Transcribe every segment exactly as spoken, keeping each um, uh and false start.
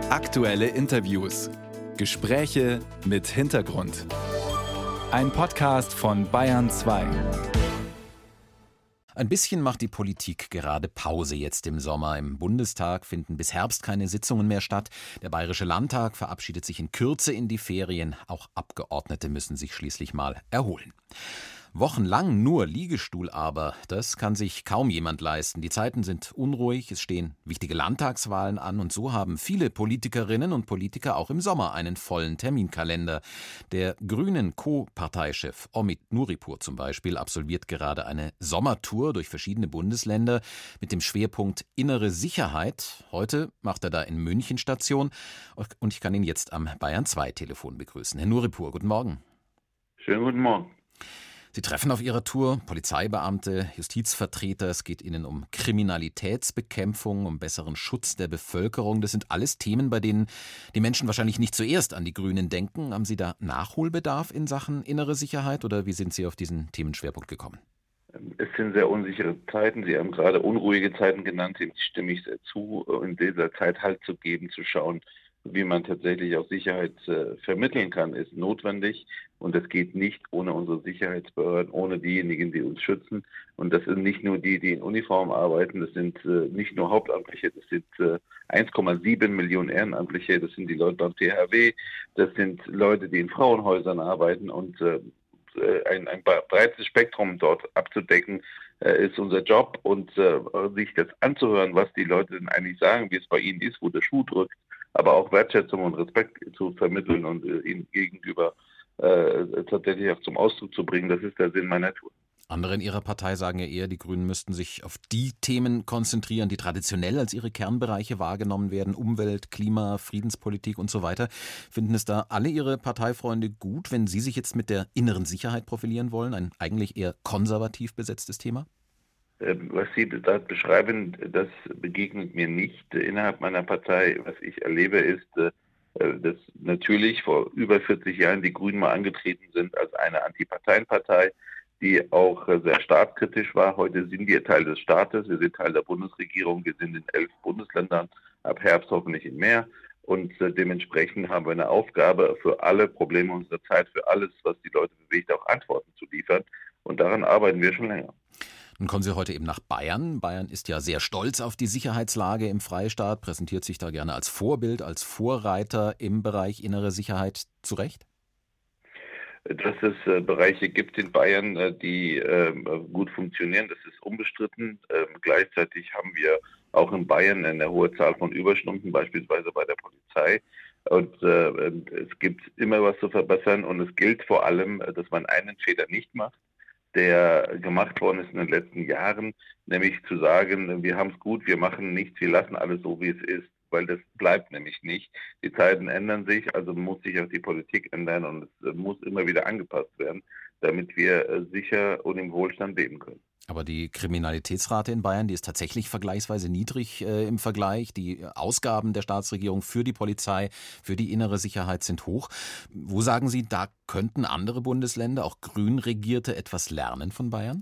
Aktuelle Interviews. Gespräche mit Hintergrund. Ein Podcast von Bayern zwei. Ein bisschen macht die Politik gerade Pause jetzt im Sommer. Im Bundestag finden bis Herbst keine Sitzungen mehr statt. Der Bayerische Landtag verabschiedet sich in Kürze in die Ferien. Auch Abgeordnete müssen sich schließlich mal erholen. Wochenlang nur Liegestuhl aber, das kann sich kaum jemand leisten. Die Zeiten sind unruhig, es stehen wichtige Landtagswahlen an und so haben viele Politikerinnen und Politiker auch im Sommer einen vollen Terminkalender. Der grünen Co-Parteichef Omid Nuripur zum Beispiel absolviert gerade eine Sommertour durch verschiedene Bundesländer mit dem Schwerpunkt innere Sicherheit. Heute macht er da in München Station und ich kann ihn jetzt am Bayern zwei Telefon begrüßen. Herr Nuripur, guten Morgen. Schönen guten Morgen. Sie treffen auf Ihrer Tour Polizeibeamte, Justizvertreter. Es geht Ihnen um Kriminalitätsbekämpfung, um besseren Schutz der Bevölkerung. Das sind alles Themen, bei denen die Menschen wahrscheinlich nicht zuerst an die Grünen denken. Haben Sie da Nachholbedarf in Sachen innere Sicherheit oder wie sind Sie auf diesen Themenschwerpunkt gekommen? Es sind sehr unsichere Zeiten. Sie haben gerade unruhige Zeiten genannt. Dem stimme ich sehr zu, in dieser Zeit Halt zu geben, zu schauen, wie man tatsächlich auch Sicherheit äh, vermitteln kann, ist notwendig. Und das geht nicht ohne unsere Sicherheitsbehörden, ohne diejenigen, die uns schützen. Und das sind nicht nur die, die in Uniform arbeiten, das sind äh, nicht nur Hauptamtliche, das sind äh, eins Komma sieben Millionen Ehrenamtliche, das sind die Leute beim T H W, das sind Leute, die in Frauenhäusern arbeiten. Und äh, ein, ein breites Spektrum dort abzudecken, äh, ist unser Job. Und äh, sich das anzuhören, was die Leute denn eigentlich sagen, wie es bei ihnen ist, wo der Schuh drückt, aber auch Wertschätzung und Respekt zu vermitteln und äh, ihnen gegenüber äh, tatsächlich auch zum Ausdruck zu bringen. Das ist der Sinn meiner Tour. Andere in Ihrer Partei sagen ja eher, die Grünen müssten sich auf die Themen konzentrieren, die traditionell als ihre Kernbereiche wahrgenommen werden. Umwelt, Klima, Friedenspolitik und so weiter. Finden es da alle Ihre Parteifreunde gut, wenn Sie sich jetzt mit der inneren Sicherheit profilieren wollen? Ein eigentlich eher konservativ besetztes Thema? Was Sie da beschreiben, das begegnet mir nicht innerhalb meiner Partei. Was ich erlebe, ist, dass natürlich vor über vierzig Jahren die Grünen mal angetreten sind als eine Antiparteienpartei, die auch sehr staatskritisch war. Heute sind wir Teil des Staates, wir sind Teil der Bundesregierung, wir sind in elf Bundesländern, ab Herbst hoffentlich in mehr. Und dementsprechend haben wir eine Aufgabe, für alle Probleme unserer Zeit, für alles, was die Leute bewegt, auch Antworten zu liefern. Und daran arbeiten wir schon länger. Nun kommen Sie heute eben nach Bayern. Bayern ist ja sehr stolz auf die Sicherheitslage im Freistaat, präsentiert sich da gerne als Vorbild, als Vorreiter im Bereich innere Sicherheit. Zu Recht? Dass es äh, Bereiche gibt in Bayern, äh, die äh, gut funktionieren, das ist unbestritten. Ähm, gleichzeitig haben wir auch in Bayern eine hohe Zahl von Überstunden, beispielsweise bei der Polizei. Und äh, es gibt immer was zu verbessern und es gilt vor allem, dass man einen Fehler nicht macht, der gemacht worden ist in den letzten Jahren, nämlich zu sagen, wir haben es gut, wir machen nichts, wir lassen alles so, wie es ist, weil das bleibt nämlich nicht. Die Zeiten ändern sich, also muss sich auch die Politik ändern und es muss immer wieder angepasst werden, damit wir sicher und im Wohlstand leben können. Aber die Kriminalitätsrate in Bayern, die ist tatsächlich vergleichsweise niedrig äh, im Vergleich. Die Ausgaben der Staatsregierung für die Polizei, für die innere Sicherheit sind hoch. Wo sagen Sie, da könnten andere Bundesländer, auch grün regierte, etwas lernen von Bayern?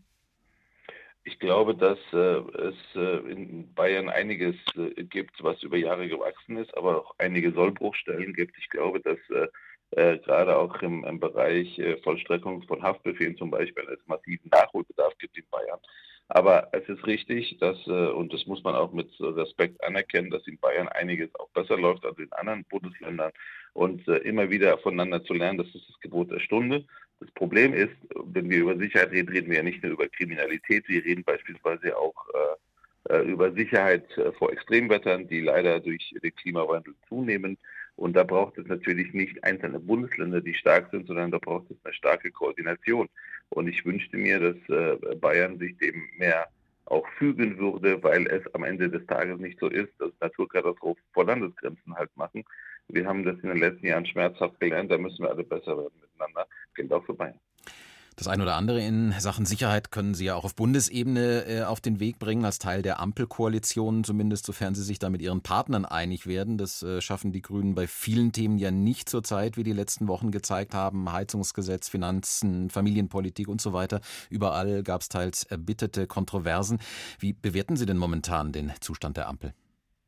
Ich glaube, dass äh, es äh, in Bayern einiges äh, gibt, was über Jahre gewachsen ist, aber auch einige Sollbruchstellen gibt. Ich glaube, dass äh, äh, gerade auch im, im Bereich äh, Vollstreckung von Haftbefehlen zum Beispiel es massiven Nachholbedarf gibt in Bayern. Aber es ist richtig, dass, äh, und das muss man auch mit Respekt anerkennen, dass in Bayern einiges auch besser läuft als in anderen Bundesländern. Und äh, immer wieder voneinander zu lernen, das ist das Gebot der Stunde. Das Problem ist, wenn wir über Sicherheit reden, reden wir ja nicht nur über Kriminalität, wir reden beispielsweise auch äh, über Sicherheit äh, vor Extremwettern, die leider durch den Klimawandel zunehmen. Und da braucht es natürlich nicht einzelne Bundesländer, die stark sind, sondern da braucht es eine starke Koordination. Und ich wünschte mir, dass äh, Bayern sich dem mehr auch fügen würde, weil es am Ende des Tages nicht so ist, dass Naturkatastrophen vor Landesgrenzen halt machen. Wir haben das in den letzten Jahren schmerzhaft gelernt, da müssen wir alle besser werden miteinander, gilt auch für Bayern. Das ein oder andere in Sachen Sicherheit können Sie ja auch auf Bundesebene äh, auf den Weg bringen, als Teil der Ampelkoalition, zumindest sofern Sie sich da mit Ihren Partnern einig werden. Das äh, schaffen die Grünen bei vielen Themen ja nicht zurzeit, wie die letzten Wochen gezeigt haben. Heizungsgesetz, Finanzen, Familienpolitik und so weiter. Überall gab es teils erbitterte Kontroversen. Wie bewerten Sie denn momentan den Zustand der Ampel?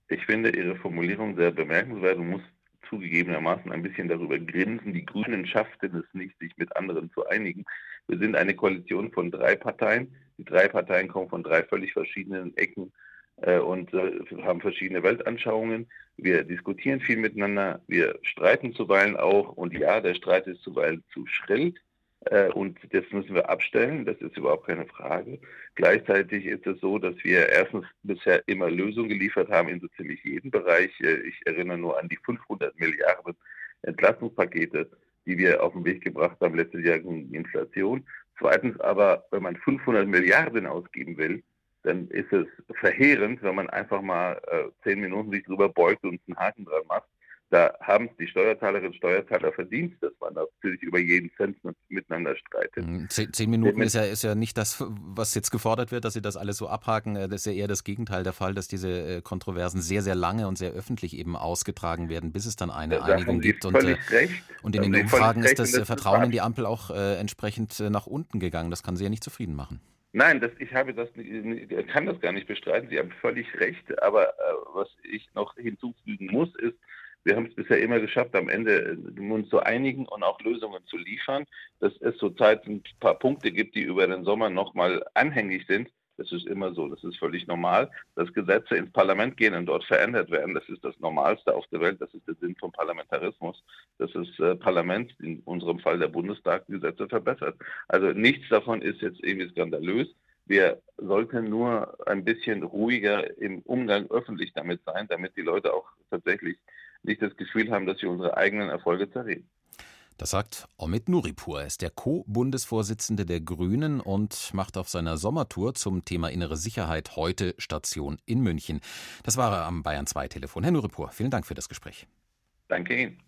Ich finde Ihre Formulierung sehr bemerkenswert und muss zugegebenermaßen ein bisschen darüber grinsen. Die Grünen schafften es nicht, sich mit anderen zu einigen. Wir sind eine Koalition von drei Parteien. Die drei Parteien kommen von drei völlig verschiedenen Ecken äh, und äh, haben verschiedene Weltanschauungen. Wir diskutieren viel miteinander, wir streiten zuweilen auch und ja, der Streit ist zuweilen zu schrill. Äh, und das müssen wir abstellen, das ist überhaupt keine Frage. Gleichzeitig ist es so, dass wir erstens bisher immer Lösungen geliefert haben in so ziemlich jedem Bereich. Äh, ich erinnere nur an die fünfhundert Milliarden Entlastungspakete, die wir auf den Weg gebracht haben letztes Jahr gegen Inflation. Zweitens aber, wenn man fünfhundert Milliarden ausgeben will, dann ist es verheerend, wenn man einfach mal äh, zehn Minuten sich drüber beugt und einen Haken dran macht. Da haben es die Steuerzahlerinnen und Steuerzahler verdient, dass man natürlich über jeden Cent miteinander streitet. Zehn, zehn Minuten ist ja, ist ja nicht das, was jetzt gefordert wird, dass Sie das alles so abhaken. Das ist ja eher das Gegenteil der Fall, dass diese Kontroversen sehr, sehr lange und sehr öffentlich eben ausgetragen werden, bis es dann eine da Einigung gibt. Und, recht. und in den Umfragen ist das, das Vertrauen in die Ampel auch äh, entsprechend äh, nach unten gegangen. Das kann Sie ja nicht zufrieden machen. Nein, das, ich habe das, kann das gar nicht bestreiten. Sie haben völlig recht. Aber äh, was ich noch hinzufügen muss, ist, wir haben es bisher immer geschafft, am Ende uns zu einigen und auch Lösungen zu liefern. Dass es zurzeit ein paar Punkte gibt, die über den Sommer nochmal anhängig sind. Das ist immer so, das ist völlig normal. Dass Gesetze ins Parlament gehen und dort verändert werden, das ist das Normalste auf der Welt. Das ist der Sinn vom Parlamentarismus, dass das äh, Parlament, in unserem Fall der Bundestag, Gesetze verbessert. Also nichts davon ist jetzt irgendwie skandalös. Wir sollten nur ein bisschen ruhiger im Umgang öffentlich damit sein, damit die Leute auch tatsächlich nicht das Gefühl haben, dass wir unsere eigenen Erfolge zerreden. Das sagt Omid Nuripur. Er ist der Co-Bundesvorsitzende der Grünen und macht auf seiner Sommertour zum Thema innere Sicherheit heute Station in München. Das war er am Bayern zwei Telefon. Herr Nuripur, vielen Dank für das Gespräch. Danke Ihnen.